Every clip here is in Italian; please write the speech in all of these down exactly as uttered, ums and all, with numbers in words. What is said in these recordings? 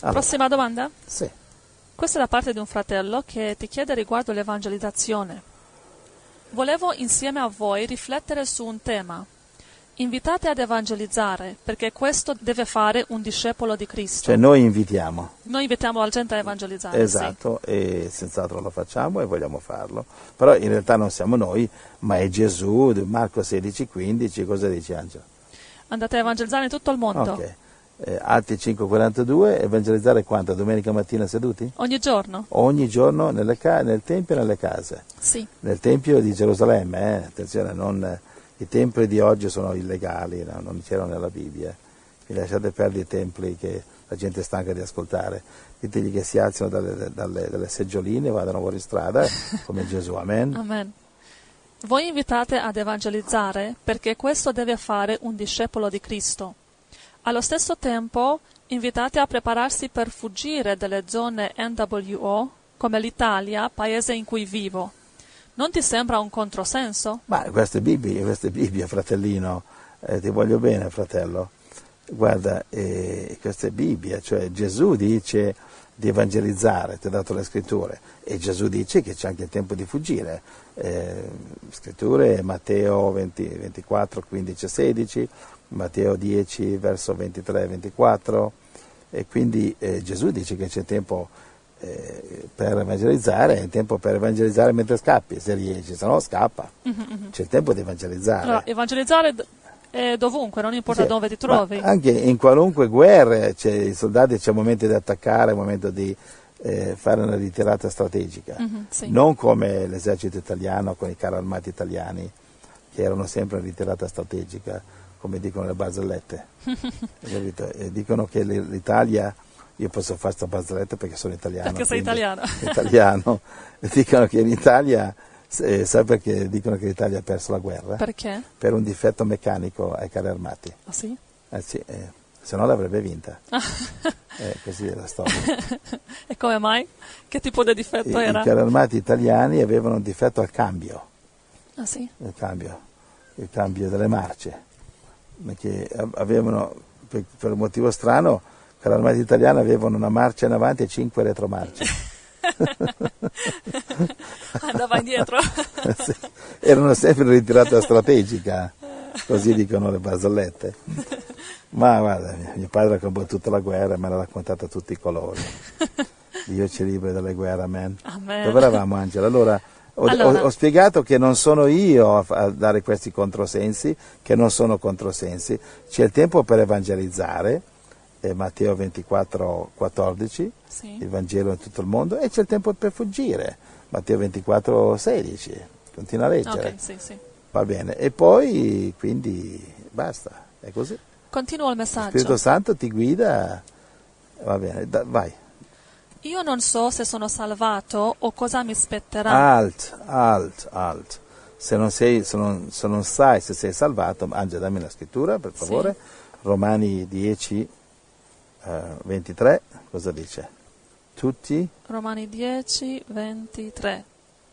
Allora, prossima domanda? Sì. Questa è da parte di un fratello che ti chiede riguardo l'evangelizzazione. Volevo insieme a voi riflettere su un tema. Invitate ad evangelizzare, perché questo deve fare un discepolo di Cristo. Cioè noi invitiamo. Noi invitiamo la gente a evangelizzare. Esatto, sì. E senz'altro lo facciamo e vogliamo farlo. Però in realtà non siamo noi, ma è Gesù, Marco sedici quindici, cosa dice Angelo? Andate a evangelizzare in tutto il mondo. Ok. Eh, Atti cinque quarantadue, evangelizzare quanto? Domenica mattina seduti? Ogni giorno? Ogni giorno nelle ca- nel Tempio e nelle case. Sì. Nel Tempio di Gerusalemme, eh? Attenzione, non... I templi di oggi sono illegali, no? Non c'erano nella Bibbia. Vi lasciate perdere i templi che la gente è stanca di ascoltare. Ditegli che si alzino dalle, dalle, dalle seggioline e vadano fuori strada come Gesù. Amen. Amen. Voi invitate ad evangelizzare perché questo deve fare un discepolo di Cristo. Allo stesso tempo invitate a prepararsi per fuggire dalle zone N W O come l'Italia, paese in cui vivo. Non ti sembra un controsenso? Ma questa è Bibbia, questa è Bibbia, fratellino, eh, ti voglio bene, fratello. Guarda, eh, questa è Bibbia, cioè Gesù dice di evangelizzare, ti ha dato le scritture, e Gesù dice che c'è anche il tempo di fuggire. Eh, scritture, Matteo venti, ventiquattro, quindici e sedici, Matteo dieci, verso ventitré e ventiquattro, e quindi eh, Gesù dice che c'è tempo per evangelizzare, è il tempo per evangelizzare mentre scappi, se riesci, se no scappa. Mm-hmm. C'è il tempo di evangelizzare. Allora, evangelizzare è dovunque, non importa sì, dove ti trovi. Anche in qualunque guerra c'è, i soldati c'è momento di attaccare, momento di eh, fare una ritirata strategica. Mm-hmm, sì. Non come l'esercito italiano con i carri armati italiani, che erano sempre in ritirata strategica, come dicono le barzellette. E dicono che l'Italia... Io posso fare questa barzelletta perché sono italiano. Perché sei italiano. italiano. Dicono che l'Italia, eh, sai perché dicono che l'Italia ha perso la guerra? Perché? Per un difetto meccanico ai carri armati. Ah sì? Eh sì, eh, se no l'avrebbe vinta. eh, così è la storia. E come mai? Che tipo di difetto I, era? I carri armati italiani avevano un difetto al cambio. Ah sì? Il cambio, il cambio delle marce. Perché avevano, per, per un motivo strano, i carri armati italiani avevano una marcia in avanti e cinque retromarce. Andava indietro. Sì. Erano sempre in ritirata strategica, così dicono le barzellette. Ma guarda, mio padre ha combattuto la guerra e me l'ha raccontata a tutti i colori. Dio ci liberi dalle guerre, amen. Amen. Dove eravamo, Angela? Allora, ho, allora. Ho, ho spiegato che non sono io a, a dare questi controsensi, che non sono controsensi. C'è il tempo per evangelizzare, Matteo ventiquattro quattordici, sì. Il Vangelo in tutto il mondo, e c'è il tempo per fuggire, Matteo ventiquattro sedici, continua a leggere. Okay, sì, sì. Va bene, e poi quindi basta, è così. Continua il messaggio. Lo Spirito Santo ti guida, va bene, da, vai. Io non so se sono salvato o cosa mi spetterà. Alt, alt, alt. Se non, sei, se non, se non sai se sei salvato, Angela, dammi la scrittura, per favore. Sì. Romani dieci, ventitré, cosa dice? Tutti? Romani dieci, ventitré.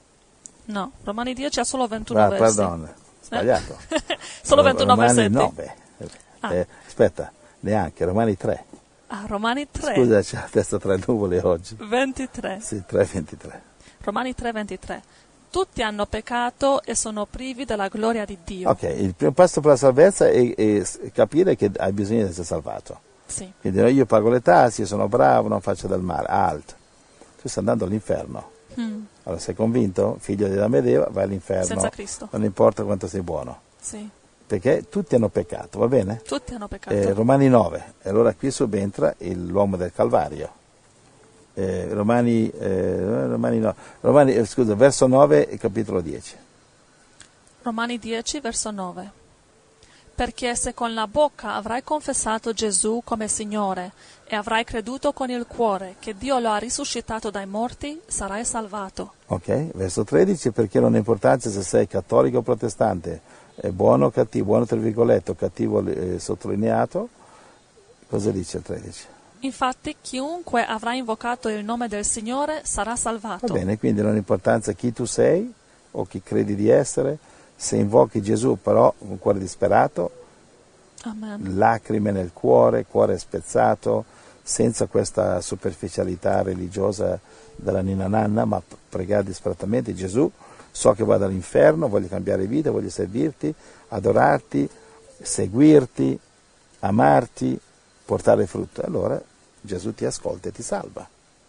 No, Romani dieci ha solo ventuno ah, versi. Pardon, sbagliato. Solo ventuno Romani, versetti? No, beh, ah. eh, aspetta, neanche, Romani tre. Ah, Romani tre. Scusa, c'è la testa tra le nuvole oggi. ventitré. Sì, tre ventitré. Romani tre ventitré. Tutti hanno peccato e sono privi della gloria di Dio. Ok, il primo passo per la salvezza è, è capire che hai bisogno di essere salvato. Sì. Quindi io pago le tasse, sono bravo, non faccio del male. Alt. Tu stai andando all'inferno. Mm. Allora sei convinto? Figlio di Adamo ed Eva, vai all'inferno. Senza Cristo. Non importa quanto sei buono. Sì. Perché tutti hanno peccato, va bene? Tutti hanno peccato. Eh, Romani nove. E allora qui subentra il, l'uomo del Calvario. Eh, Romani, eh, Romani, no. Romani eh, scusa, verso nove e capitolo dieci. Romani dieci, verso nove. Perché se con la bocca avrai confessato Gesù come Signore e avrai creduto con il cuore che Dio lo ha risuscitato dai morti, sarai salvato. Ok, verso tredici, perché non ha importanza se sei cattolico o protestante, è buono o cattivo, buono tra virgolette, cattivo eh, sottolineato. Cosa dice il tredici? Infatti chiunque avrà invocato il nome del Signore sarà salvato. Va bene, quindi non ha importanza chi tu sei o chi credi di essere. Se invochi Gesù però con un cuore disperato, Amen. Lacrime nel cuore, cuore spezzato, senza questa superficialità religiosa della ninna nanna, ma pregare disperatamente: Gesù, so che vado all'inferno, voglio cambiare vita, voglio servirti, adorarti, seguirti, amarti, portare frutto. Allora Gesù ti ascolta e ti salva.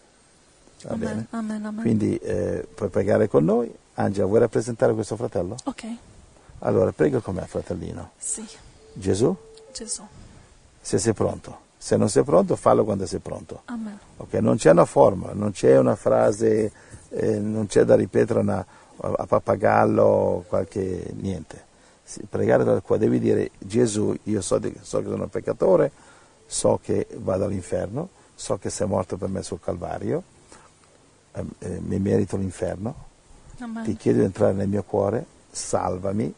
Va Amen, bene? amen, amen. Quindi eh, puoi pregare con noi. Angela, vuoi rappresentare questo fratello? Ok, Allora, prega con me, fratellino. sì, Gesù, Gesù. se sei pronto. Se non sei pronto, fallo quando sei pronto. Amen. Ok? Non c'è una formula, non c'è una frase, eh, non c'è da ripetere una, a pappagallo, qualche niente. Sì, pregare dal cuore, devi dire: Gesù, io so, di, so che sono un peccatore, so che vado all'inferno, so che sei morto per me sul Calvario, eh, eh, mi merito l'inferno, Amen. ti chiedo di entrare nel mio cuore, salvami.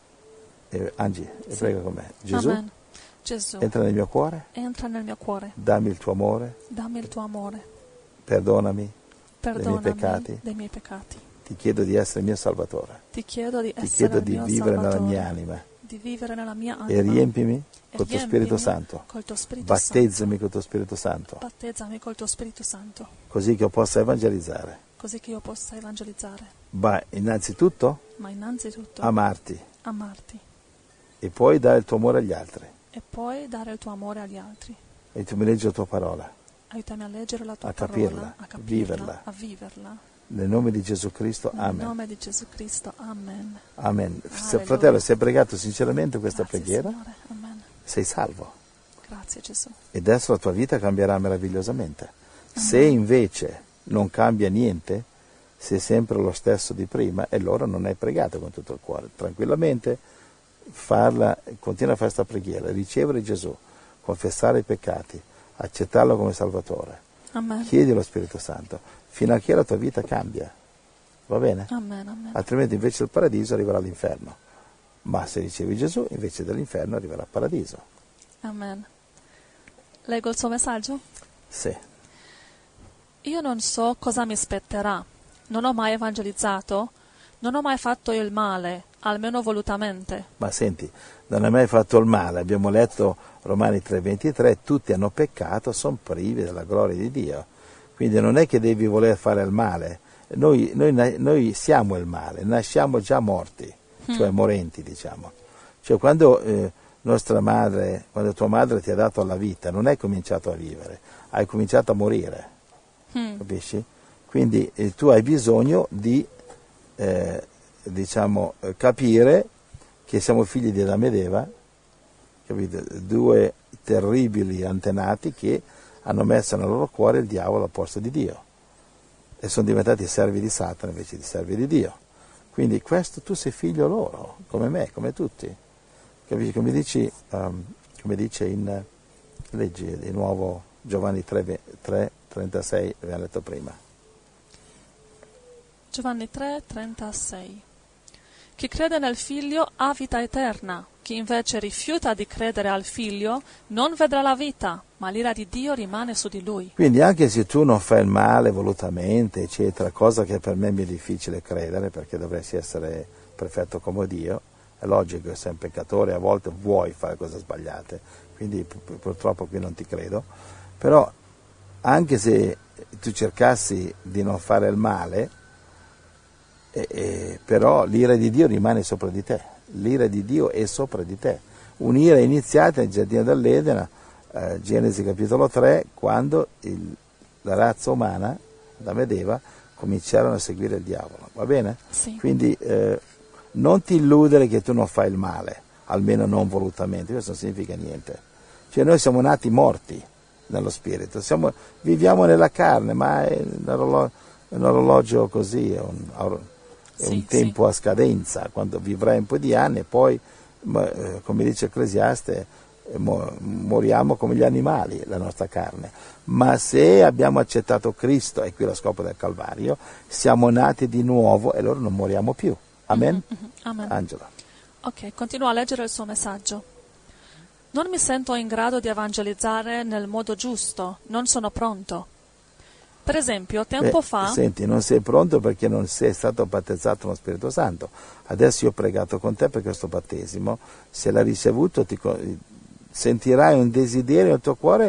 Eh, Angie, Sì. prega con me. Gesù, Amen. Gesù, entra nel mio cuore, entra nel mio cuore, dammi il tuo amore, dammi il tuo amore, perdonami perdonami dei miei peccati, dei miei peccati. ti chiedo di essere il mio Salvatore, Ti chiedo di ti essere chiedo il di mio vivere nella Salvatore, mia anima di vivere nella mia anima e riempimi e col tuo riempimi Spirito Santo, col tuo Spirito battezzami Santo. col tuo Spirito Santo, Battezzami col tuo Spirito Santo, così che io possa evangelizzare, così che io possa evangelizzare, ma innanzitutto ma innanzitutto amarti amarti e poi dare il tuo amore agli altri, e poi dare il tuo amore agli altri. e tu mi leggi la tua parola, Aiutami a leggere la tua a parola, capirla, a capirla, viverla. a viverla. nel nome di Gesù Cristo, Nel amen. nome di Gesù Cristo, amen. Amen. Se, Alleluia. fratello, se hai pregato sinceramente questa Grazie, preghiera, Signore. Amen. sei salvo. Grazie Gesù. E adesso la tua vita cambierà meravigliosamente. Se invece non cambia niente, sei sempre lo stesso di prima, e allora non hai pregato con tutto il cuore. Tranquillamente farla, continua a fare questa preghiera, ricevere Gesù, confessare i peccati, accettarlo come Salvatore, Amen. chiedi lo Spirito Santo, fino a che la tua vita cambia. Va bene? Amen, amen. Altrimenti invece del paradiso arriverà l'inferno. Ma se ricevi Gesù, invece dell'inferno arriverà il paradiso. Amen. Leggo il suo messaggio? Sì. Io non so cosa mi spetterà. Non ho mai evangelizzato. Non ho mai fatto il male, almeno volutamente. Ma senti, non hai mai fatto il male. Abbiamo letto Romani tre ventitré, tutti hanno peccato, sono privi della gloria di Dio. Quindi non è che devi voler fare il male. Noi, noi, noi siamo il male, nasciamo già morti, cioè morenti, diciamo. Cioè quando eh, nostra madre, quando tua madre ti ha dato la vita, non hai cominciato a vivere, hai cominciato a morire, Mm. capisci? Quindi eh, tu hai bisogno di, eh, diciamo, eh, capire che siamo figli di Adamo ed Eva, capite? Due terribili antenati che hanno messo nel loro cuore il diavolo al posto di Dio e sono diventati servi di Satana invece di servi di Dio. Quindi questo, tu sei figlio loro, come me, come tutti. Capisci? Come dici, um, come dice in, leggi di nuovo Giovanni tre trentasei, abbiamo letto prima. Giovanni tre trentasei. Chi crede nel Figlio ha vita eterna. Chi invece rifiuta di credere al Figlio non vedrà la vita, ma l'ira di Dio rimane su di lui. Quindi anche se tu non fai il male volutamente, eccetera, cosa che per me mi è difficile credere, perché dovresti essere perfetto come Dio, è logico che sei un peccatore, a volte vuoi fare cose sbagliate, quindi pu- purtroppo qui non ti credo, però anche se tu cercassi di non fare il male, eh, eh, però l'ira di Dio rimane sopra di te, l'ira di Dio è sopra di te. Un'ira iniziata nel giardino dell'Eden, eh, Genesi capitolo tre, quando il, la razza umana, Adamo ed Eva, cominciarono a seguire il diavolo, va bene? Sì. Quindi eh, non ti illudere che tu non fai il male, almeno non volutamente, questo non significa niente. Cioè noi siamo nati morti nello spirito, siamo, viviamo nella carne, ma è un orologio, un orologio così, è un, è Sì, un tempo sì. a scadenza, quando vivrai un po' di anni e poi, eh, come dice Ecclesiaste, eh, mo, moriamo come gli animali, la nostra carne. Ma se abbiamo accettato Cristo, e qui è lo scopo del Calvario, siamo nati di nuovo e allora non moriamo più. Amen? Mhm, mhm. Amen. Angela. Ok, continuo a leggere il suo messaggio. Non mi sento in grado di evangelizzare nel modo giusto, non sono pronto. Per esempio, tempo Beh, fa... Senti, non sei pronto perché non sei stato battezzato nello Spirito Santo. Adesso io ho pregato con te per questo battesimo, se l'hai ricevuto ti, sentirai un desiderio nel tuo cuore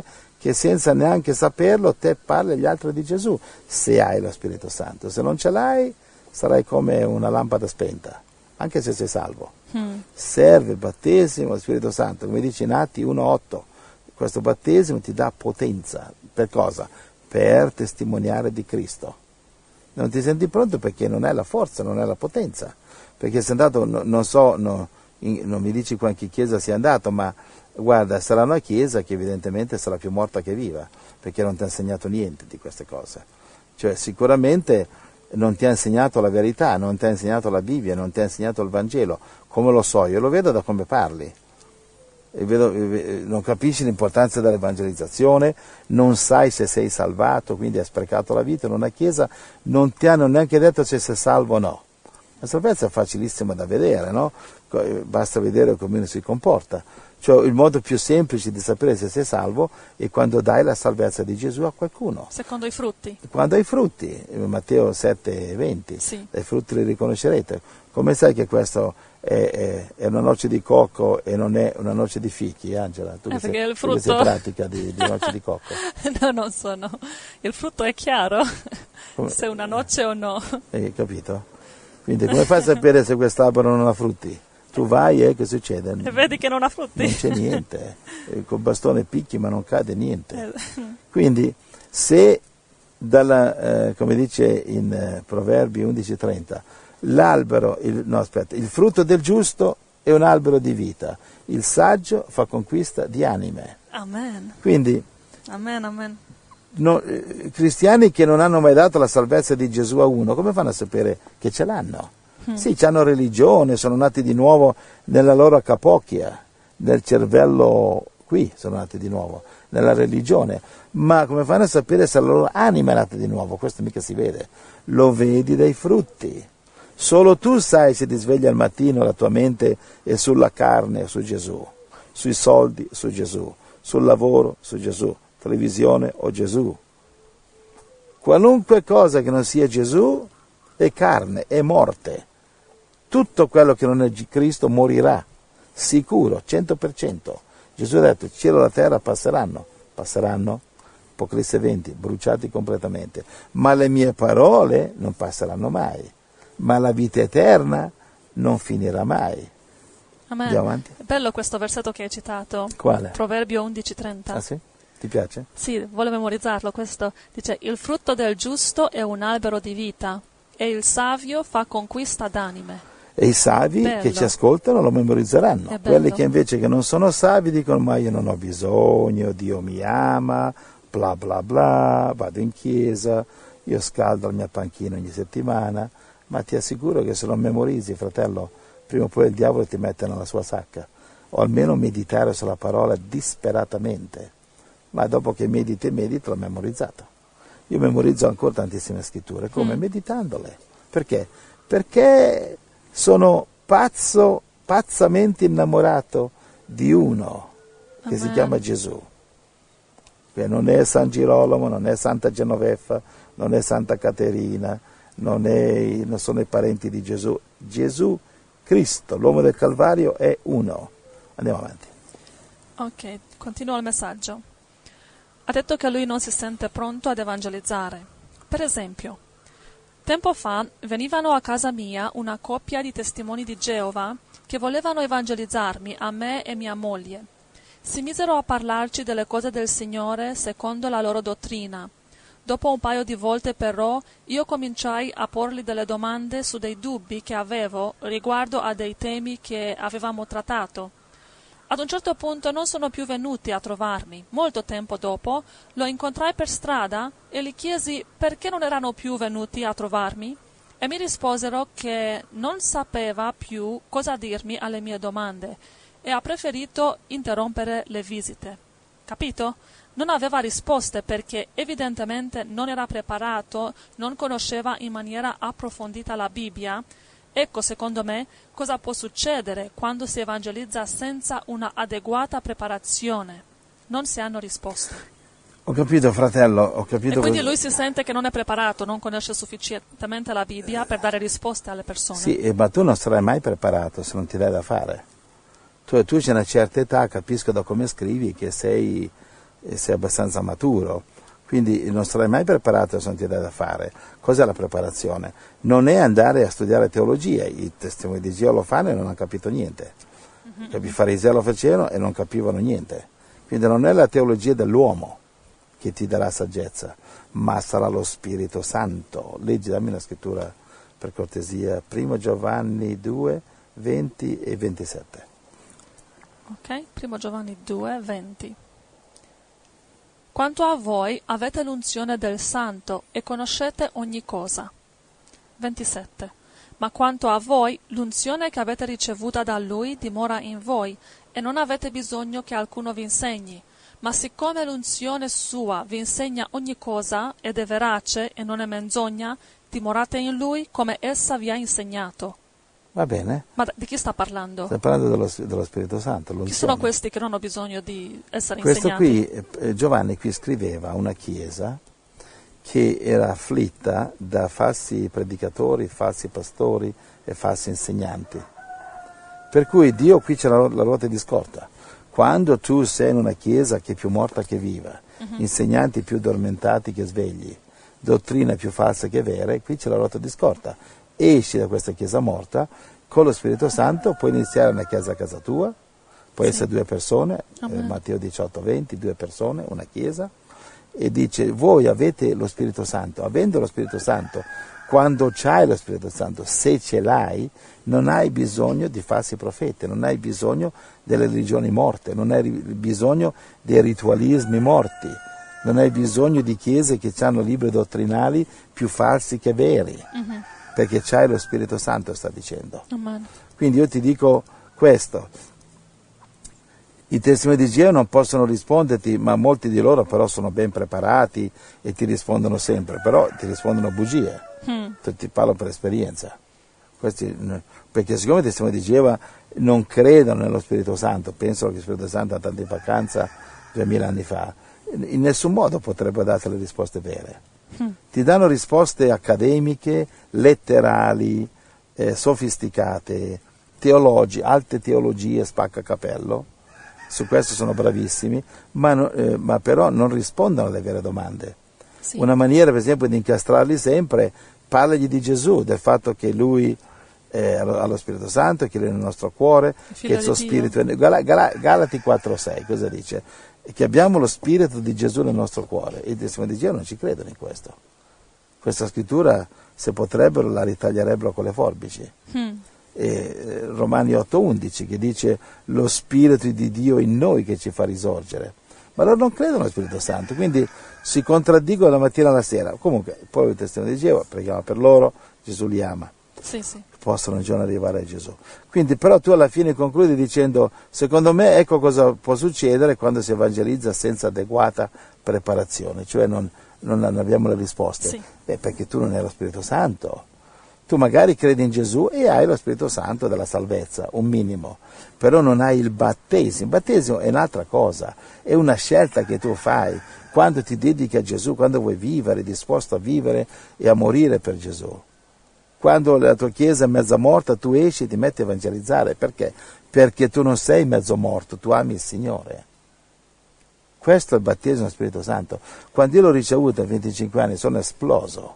che senza neanche saperlo te parli agli altri di Gesù, se hai lo Spirito Santo. Se non ce l'hai, sarai come una lampada spenta, anche se sei salvo. Mm. Serve il battesimo, lo Spirito Santo, come dice in Atti uno otto. Questo battesimo ti dà potenza. Per cosa? Per testimoniare di Cristo. Non ti senti pronto perché non è la forza, non è la potenza. Perché sei andato, no, non so, no, in, non mi dici qua in che chiesa sei andato, ma guarda, sarà una chiesa che evidentemente sarà più morta che viva, perché non ti ha insegnato niente di queste cose. Cioè sicuramente non ti ha insegnato la verità, non ti ha insegnato la Bibbia, non ti ha insegnato il Vangelo. Come lo so? Io lo vedo da come parli. E vedo, non capisci l'importanza dell'evangelizzazione, non sai se sei salvato, quindi hai sprecato la vita in una chiesa, non ti hanno neanche detto se sei salvo o no. La salvezza è facilissima da vedere, no? Basta vedere come uno si comporta. Cioè il modo più semplice di sapere se sei salvo è quando dai la salvezza di Gesù a qualcuno. Secondo i frutti. Quando hai frutti, Matteo sette venti, sì. Dai frutti li riconoscerete. Come sai che questo è, è, è una noce di cocco e non è una noce di fichi, Angela? Tu eh, che sei, il frutto... tu che sei pratica di, di noce di cocco. No, non sono. Il frutto è chiaro, come... se è una noce o no. Hai capito? Quindi come fai a sapere se quest'albero non ha frutti? Tu vai e eh, che succede? E vedi che non ha frutti. Non c'è niente, col bastone picchi ma non cade niente. Quindi se, dalla, eh, come dice in eh, Proverbi undici trenta, l'albero, il, no aspetta, il frutto del giusto è un albero di vita, il saggio fa conquista di anime. Amen. Quindi, amen, amen. No, eh, cristiani che non hanno mai dato la salvezza di Gesù a uno, come fanno a sapere che ce l'hanno? Mm. Sì, hanno religione, sono nati di nuovo nella loro capocchia, nel cervello qui sono nati di nuovo, nella religione, ma come fanno a sapere se la loro anima è nata di nuovo? Questo mica si vede, lo vedi dai frutti. Solo tu sai se ti svegli al mattino la tua mente è sulla carne su Gesù, sui soldi su Gesù, sul lavoro su Gesù, televisione o Gesù. Qualunque cosa che non sia Gesù è carne, è morte. Tutto quello che non è Cristo morirà, sicuro, cento per cento. Gesù ha detto, il cielo e la terra passeranno, passeranno, Apocalisse venti, bruciati completamente, ma le mie parole non passeranno mai, ma la vita eterna non finirà mai. Amen. Andiamo avanti. È bello questo versetto che hai citato. Quale? Proverbio undici trenta. Ah sì? Ti piace? Sì, volevo memorizzarlo. Questo dice, il frutto del giusto è un albero di vita e il savio fa conquista d'anime. E i savi bello. Che ci ascoltano lo memorizzeranno. Quelli che invece che non sono savi dicono, ma io non ho bisogno, Dio mi ama, bla bla bla, vado in chiesa, io scaldo il mio panchino ogni settimana, ma ti assicuro che se non memorizzi, fratello, prima o poi il diavolo ti mette nella sua sacca, o almeno meditare sulla parola disperatamente, ma dopo che mediti e mediti l'ho memorizzato. Io memorizzo ancora tantissime scritture, come? Mm. Meditandole. Perché? Perché sono pazzo, pazzamente innamorato di uno che Amen. Si chiama Gesù. Che non è San Girolamo, non è Santa Genoveffa, non è Santa Caterina, non, è, non sono i parenti di Gesù. Gesù Cristo, l'uomo del Calvario, è uno. Andiamo avanti. Ok, continuo il messaggio. Ha detto che lui non si sente pronto ad evangelizzare. Per esempio, tempo fa venivano a casa mia una coppia di testimoni di Geova che volevano evangelizzarmi a me e mia moglie. Si misero a parlarci delle cose del Signore secondo la loro dottrina. Dopo un paio di volte però io cominciai a porgli delle domande su dei dubbi che avevo riguardo a dei temi che avevamo trattato. Ad un certo punto non sono più venuti a trovarmi. Molto tempo dopo lo incontrai per strada e gli chiesi perché non erano più venuti a trovarmi e mi risposero che non sapeva più cosa dirmi alle mie domande e ha preferito interrompere le visite. Capito? Non aveva risposte perché evidentemente non era preparato, non conosceva in maniera approfondita la Bibbia. Ecco, secondo me, cosa può succedere quando si evangelizza senza una adeguata preparazione. Non si hanno risposte. Ho capito, fratello, ho capito. E quindi lui si sente che non è preparato, non conosce sufficientemente la Bibbia per dare risposte alle persone. Sì, ma tu non sarai mai preparato se non ti dai da fare. Tu, tu c'è una certa età, capisco da come scrivi, che sei e sei abbastanza maturo, quindi non sarai mai preparato se non ti dai da fare. Cos'è la preparazione? Non è andare a studiare teologia, i testimoni di Geova lo fanno e non hanno capito niente, mm-hmm. i farisei lo facevano e non capivano niente, quindi non è la teologia dell'uomo che ti darà saggezza, ma sarà lo Spirito Santo. Leggi, dammi la scrittura per cortesia, primo Giovanni due, venti e ventisette. Ok, primo Giovanni due, venti. Quanto a voi avete l'unzione del Santo e conoscete ogni cosa. ventisette. Ma quanto a voi l'unzione che avete ricevuta da Lui dimora in voi e non avete bisogno che alcuno vi insegni. Ma siccome l'unzione sua vi insegna ogni cosa ed è verace e non è menzogna, dimorate in Lui come essa vi ha insegnato. Va bene? Ma di chi sta parlando? Sta parlando dello, dello Spirito Santo. L'unzione. Chi sono questi che non hanno bisogno di essere Questo insegnati? qui, eh, Giovanni qui scriveva a una chiesa che era afflitta da falsi predicatori, falsi pastori e falsi insegnanti. Per cui Dio qui c'è la, la ruota di scorta. Quando tu sei in una chiesa che è più morta che viva, uh-huh. insegnanti più addormentati che svegli, dottrina più falsa che vera, qui c'è la ruota di scorta. Esci da questa chiesa morta, con lo Spirito Santo puoi iniziare una chiesa a casa tua, puoi sì. essere due persone, eh, Matteo diciotto venti, due persone, una chiesa, e dice voi avete lo Spirito Santo, avendo lo Spirito Santo, quando c'hai lo Spirito Santo, se ce l'hai, non hai bisogno di falsi profeti, non hai bisogno delle religioni morte, non hai bisogno dei ritualismi morti, non hai bisogno di chiese che hanno libri dottrinali più falsi che veri, uh-huh. perché c'hai lo Spirito Santo, sta dicendo. Amen. Quindi io ti dico questo, i testimoni di Geova non possono risponderti, ma molti di loro però sono ben preparati e ti rispondono sempre, però ti rispondono bugie, mm. ti parlo per esperienza. Questi, perché siccome i testimoni di Geova non credono nello Spirito Santo, pensano che lo Spirito Santo ha tanto in vacanza duemila anni fa, in nessun modo potrebbero dare le risposte vere. Mm. Ti danno risposte accademiche, letterali, eh, sofisticate, teologi, alte teologie, spaccacapello, su questo sono bravissimi, ma, no, eh, ma però non rispondono alle vere domande. Sì. Una maniera per esempio di incastrarli sempre, parlagli di Gesù, del fatto che lui eh, ha lo Spirito Santo, che lui è nel nostro cuore, che il suo Spirito è... Gal- Gal- Galati quattro sei, cosa dice? Che abbiamo lo Spirito di Gesù nel nostro cuore, e i testimoni di Geova non ci credono in questo. Questa scrittura, se potrebbero, la ritaglierebbero con le forbici. Hmm. E Romani otto undici che dice lo Spirito di Dio in noi che ci fa risorgere, ma loro non credono allo Spirito Santo, quindi si contraddicono la mattina alla sera. Comunque poi il testimone di Geova, preghiamo per loro, Gesù li ama, sì, sì. possono un giorno arrivare a Gesù. Quindi però tu alla fine concludi dicendo secondo me ecco cosa può succedere quando si evangelizza senza adeguata preparazione, cioè non, non abbiamo le risposte, sì. Beh, perché tu non hai lo Spirito Santo. Tu magari credi in Gesù e hai lo Spirito Santo della salvezza, un minimo, però non hai il battesimo. Il battesimo è un'altra cosa, è una scelta che tu fai quando ti dedichi a Gesù, quando vuoi vivere, disposto a vivere e a morire per Gesù. Quando la tua chiesa è mezza morta, tu esci e ti metti a evangelizzare. Perché? Perché tu non sei mezzo morto, tu ami il Signore. Questo è il battesimo dello Spirito Santo. Quando io l'ho ricevuto a venticinque anni sono esploso.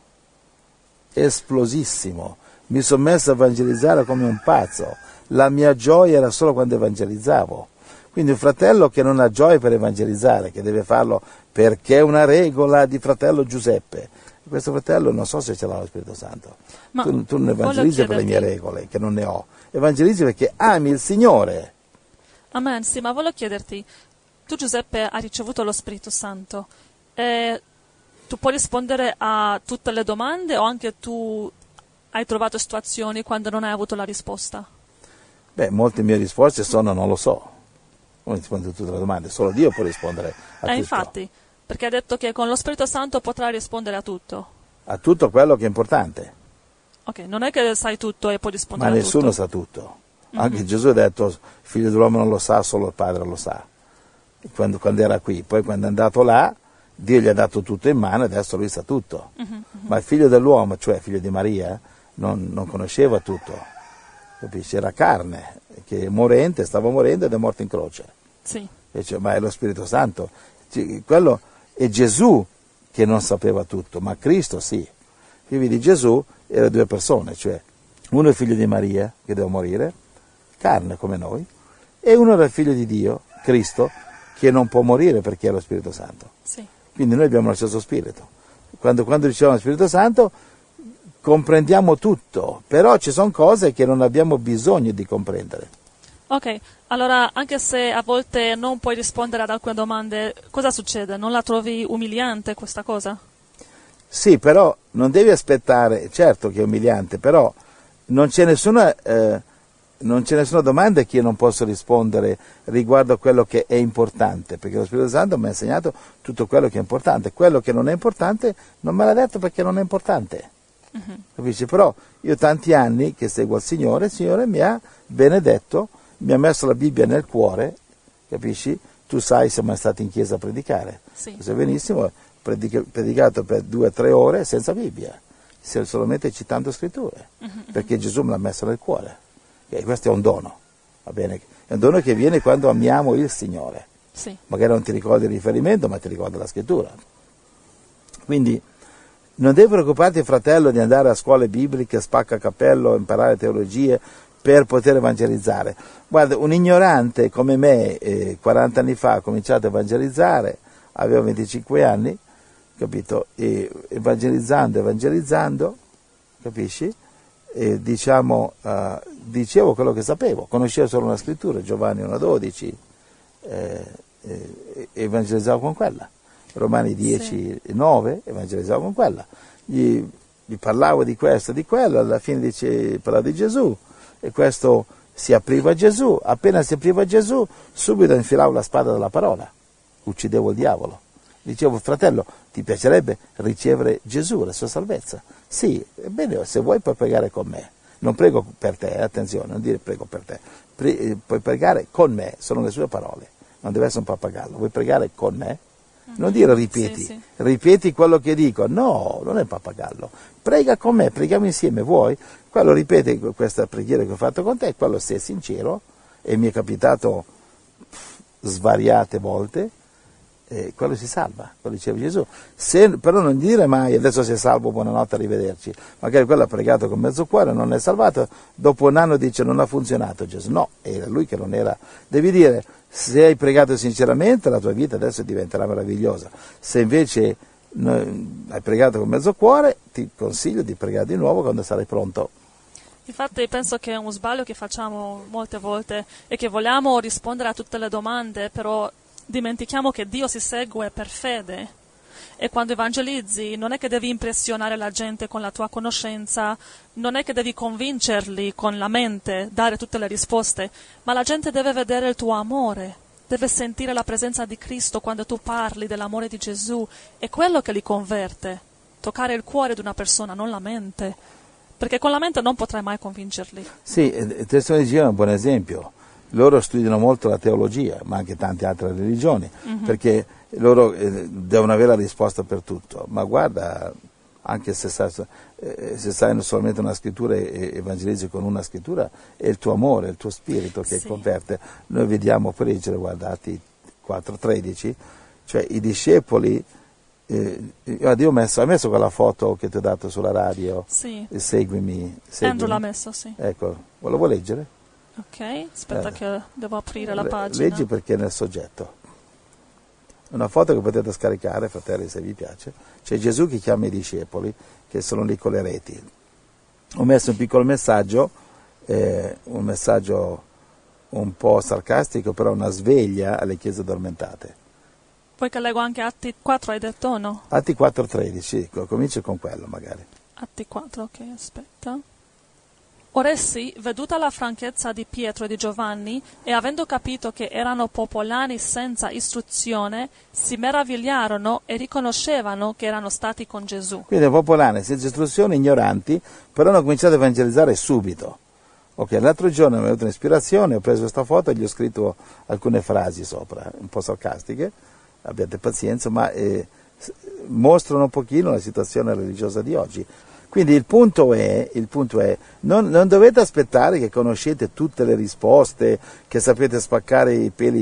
Esplosissimo, mi sono messo a evangelizzare come un pazzo, la mia gioia era solo quando evangelizzavo. Quindi un fratello che non ha gioia per evangelizzare, che deve farlo perché è una regola di fratello Giuseppe, questo fratello non so se ce l'ha lo Spirito Santo. Ma tu, tu non evangelizzi per le mie regole, che non ne ho, evangelizzi perché ami il Signore. Amen, sì, ma voglio chiederti, tu Giuseppe hai ricevuto lo Spirito Santo, e tu puoi rispondere a tutte le domande o anche tu hai trovato situazioni quando non hai avuto la risposta? Beh, molte mie risposte sono non lo so. Non rispondo a tutte le domande, solo Dio può rispondere a eh, tutto. Infatti, perché hai detto che con lo Spirito Santo potrai rispondere a tutto. A tutto quello che è importante. Ok, non è che sai tutto e puoi rispondere Ma a tutto. Ma nessuno sa tutto. Mm-hmm. Anche Gesù ha detto, il figlio dell'uomo non lo sa, solo il padre lo sa. Quando, quando era qui, poi quando è andato là, Dio gli ha dato tutto in mano e adesso lui sa tutto. Uh-huh, uh-huh. Ma il figlio dell'uomo, cioè il figlio di Maria, non, non conosceva tutto. Capisci? Era carne, che morente, stava morendo ed è morto in croce. Sì. E cioè, ma è lo Spirito Santo Quello è Gesù che non sapeva tutto, ma Cristo sì. Qui vedi Gesù erano due persone, cioè uno è figlio di Maria, che deve morire, carne come noi, e uno era il figlio di Dio, Cristo, che non può morire perché è lo Spirito Santo. Sì. Quindi noi abbiamo lo stesso Spirito. Quando, quando riceviamo lo Spirito Santo comprendiamo tutto, però ci sono cose che non abbiamo bisogno di comprendere. Ok, allora anche se a volte non puoi rispondere ad alcune domande, cosa succede? Non la trovi umiliante questa cosa? Sì, però non devi aspettare, certo che è umiliante, però non c'è nessuna, eh, non c'è nessuna domanda che io non posso rispondere riguardo a quello che è importante, perché lo Spirito Santo mi ha insegnato tutto quello che è importante. Quello che non è importante non me l'ha detto perché non è importante. Uh-huh. Capisci? Però io tanti anni che seguo il Signore, il Signore mi ha benedetto, mi ha messo la Bibbia nel cuore, capisci? Tu sai, siamo stati in chiesa a predicare. Sì. Sai benissimo, predica, predicato per due o tre ore senza Bibbia, solamente citando scritture, uh-huh. perché Gesù me l'ha messo nel cuore. E questo è un dono, va bene? È un dono che viene quando amiamo il Signore. Sì. Magari non ti ricordi il riferimento, ma ti ricorda la scrittura. Quindi non devi preoccuparti, fratello, di andare a scuole bibliche, spacca cappello, imparare teologie per poter evangelizzare. Guarda, un ignorante come me, eh, quaranta anni fa, ha cominciato a evangelizzare, avevo venticinque anni, capito? E evangelizzando, evangelizzando, capisci? E diciamo, uh, dicevo quello che sapevo, conoscevo solo una scrittura, Giovanni uno dodici, eh, eh, evangelizzavo con quella. Romani dieci nove, sì. Evangelizzavo con quella. Gli, gli parlavo di questo e di quello, alla fine dice, parlavo di Gesù, e questo si apriva a Gesù. Appena si apriva a Gesù, subito infilavo la spada della parola, uccidevo il diavolo. Dicevo, fratello, ti piacerebbe ricevere Gesù, la sua salvezza? Sì, ebbene, se vuoi puoi pregare con me. Non prego per te, eh, attenzione, non dire prego per te. Pre- puoi pregare con me, sono le sue parole. Non deve essere un pappagallo, vuoi pregare con me? Non dire ripeti, sì, sì. ripeti quello che dico, no, non è pappagallo, prega con me, preghiamo insieme, vuoi? Quello ripete questa preghiera che ho fatto con te, quello se è sincero, e mi è capitato svariate volte, eh, quello si salva, quello diceva Gesù. Se, però non dire mai adesso sei salvo, buonanotte, arrivederci, magari quello ha pregato con mezzo cuore, non è salvato, dopo un anno dice non ha funzionato Gesù, no, era lui che non era, devi dire se hai pregato sinceramente la tua vita adesso diventerà meravigliosa, se invece no, hai pregato con mezzo cuore ti consiglio di pregare di nuovo quando sarai pronto. Infatti penso che è uno sbaglio che facciamo molte volte è che vogliamo rispondere a tutte le domande, però dimentichiamo che Dio si segue per fede, e quando evangelizzi non è che devi impressionare la gente con la tua conoscenza, non è che devi convincerli con la mente, dare tutte le risposte, ma la gente deve vedere il tuo amore, deve sentire la presenza di Cristo quando tu parli dell'amore di Gesù, è quello che li converte, toccare il cuore di una persona, non la mente, perché con la mente non potrai mai convincerli. Sì, il Testimone di Gesù è un buon esempio. Loro studiano molto la teologia, ma anche tante altre religioni, uh-huh. perché loro eh, devono avere la risposta per tutto. Ma guarda, anche se sai, eh, se sai solamente una scrittura e evangelizzi con una scrittura, è il tuo amore, il tuo spirito che sì. converte. Noi vediamo, puoi leggere, guardate, quattro tredici, cioè i discepoli, eh, io ho messo, hai messo quella foto che ti ho dato sulla radio, sì. seguimi, seguimi. Andrew l'ha messo, sì. Ecco, lo vuoi leggere? Ok, aspetta eh, che devo aprire la pagina. Leggi perché è nel soggetto. Una foto che potete scaricare, fratelli, se vi piace. C'è Gesù che chiama i discepoli, che sono lì con le reti. Ho messo un piccolo messaggio, eh, un messaggio un po' sarcastico, però una sveglia alle chiese addormentate. Poi che leggo anche Atti quattro, hai detto o no? Atti quattro tredici, cominci con quello magari. Atti quattro, ok, aspetta. Or essi, veduta la franchezza di Pietro e di Giovanni, e avendo capito che erano popolani senza istruzione, si meravigliarono e riconoscevano che erano stati con Gesù. Quindi popolani, senza istruzione, ignoranti, però hanno cominciato a evangelizzare subito. Ok, l'altro giorno mi è venuta un'ispirazione, ho preso questa foto e gli ho scritto alcune frasi sopra, un po' sarcastiche, abbiate pazienza, ma eh, mostrano un pochino la situazione religiosa di oggi. Quindi il punto è, il punto è non, non dovete aspettare che conoscete tutte le risposte, che sapete spaccare i peli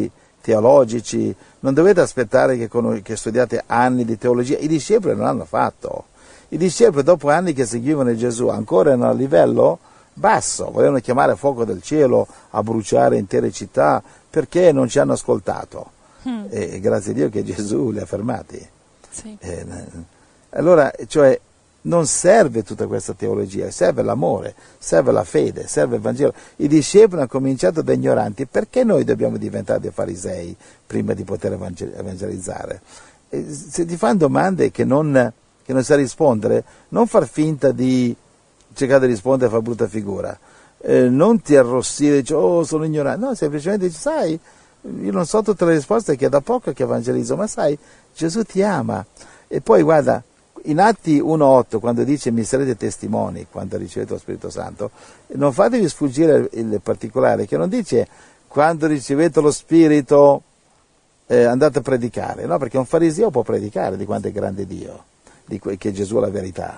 teologici, non dovete aspettare che, con, che studiate anni di teologia. I discepoli non l'hanno fatto. I discepoli, dopo anni che seguivano Gesù, ancora erano a livello basso, volevano chiamare fuoco del cielo a bruciare intere città, perché non ci hanno ascoltato. Mm. E grazie a Dio che Gesù li ha fermati. Sì. Eh, allora, cioè, non serve tutta questa teologia, serve l'amore, serve la fede, serve il Vangelo. I discepoli hanno cominciato da ignoranti, perché noi dobbiamo diventare dei farisei prima di poter evangelizzare? E se ti fanno domande che non, che non sai rispondere, non far finta di cercare di rispondere e fare brutta figura. Eh, non ti arrossire e dici, oh, sono ignorante. No, semplicemente dici, sai, io non so tutte le risposte, che è da poco che evangelizzo, ma sai, Gesù ti ama. E poi guarda, in Atti uno otto, quando dice mi sarete testimoni quando ricevete lo Spirito Santo, non fatevi sfuggire il particolare, che non dice quando ricevete lo Spirito eh, andate a predicare, no? Perché un fariseo può predicare di quanto è grande Dio, di que- che Gesù è la verità.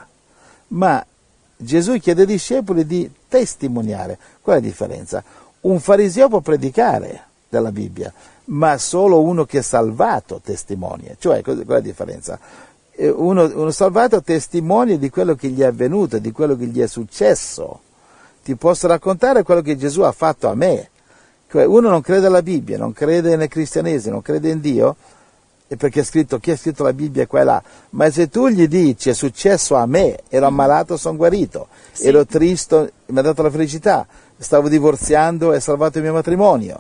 Ma Gesù chiede ai discepoli di testimoniare. Qual è la differenza? Un fariseo può predicare della Bibbia, ma solo uno che è salvato testimonia. Cioè, qual è la differenza? Uno, uno salvato testimonia di quello che gli è avvenuto, di quello che gli è successo. Ti posso raccontare quello che Gesù ha fatto a me. Cioè, uno non crede alla Bibbia, non crede nel cristianesimo, non crede in Dio, e perché è scritto, chi ha scritto la Bibbia qua e là, ma se tu gli dici è successo a me, ero ammalato, sono guarito, sì. Ero triste, mi ha dato la felicità, stavo divorziando e ha salvato il mio matrimonio,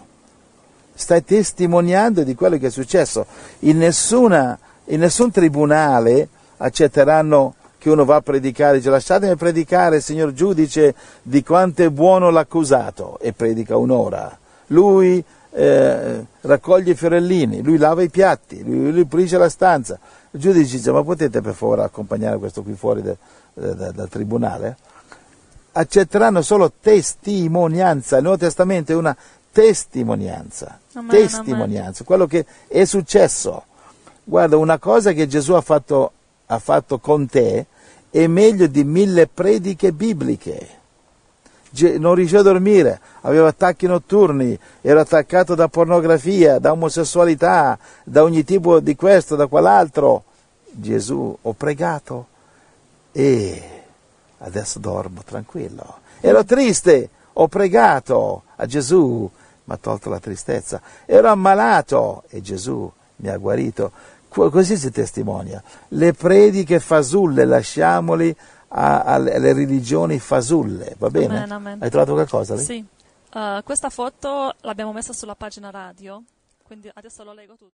stai testimoniando di quello che è successo. In nessuna, in nessun tribunale accetteranno che uno va a predicare, dice lasciatemi predicare, signor giudice, di quanto è buono l'accusato, e predica un'ora. Lui Eh, raccoglie i fiorellini, lui lava i piatti, lui, lui pulisce la stanza. Il giudice dice, ma potete per favore accompagnare questo qui fuori de, de, de, dal tribunale? Accetteranno solo testimonianza. Il Nuovo Testamento è una testimonianza, amen, testimonianza, amen. Quello che è successo. Guarda, una cosa che Gesù ha fatto, ha fatto con te è meglio di mille prediche bibliche. Non riusciva a dormire, aveva attacchi notturni, era attaccato da pornografia, da omosessualità, da ogni tipo di questo, da quell'altro. Gesù, ho pregato e adesso dormo tranquillo. Ero triste, ho pregato a Gesù, mi ha tolto la tristezza. Ero ammalato e Gesù mi ha guarito. Così si testimonia. Le prediche fasulle lasciamoli alle religioni fasulle, va bene? Amen, amen. Hai trovato qualcosa lì? Sì, uh, questa foto l'abbiamo messa sulla pagina radio, quindi adesso lo leggo tutto.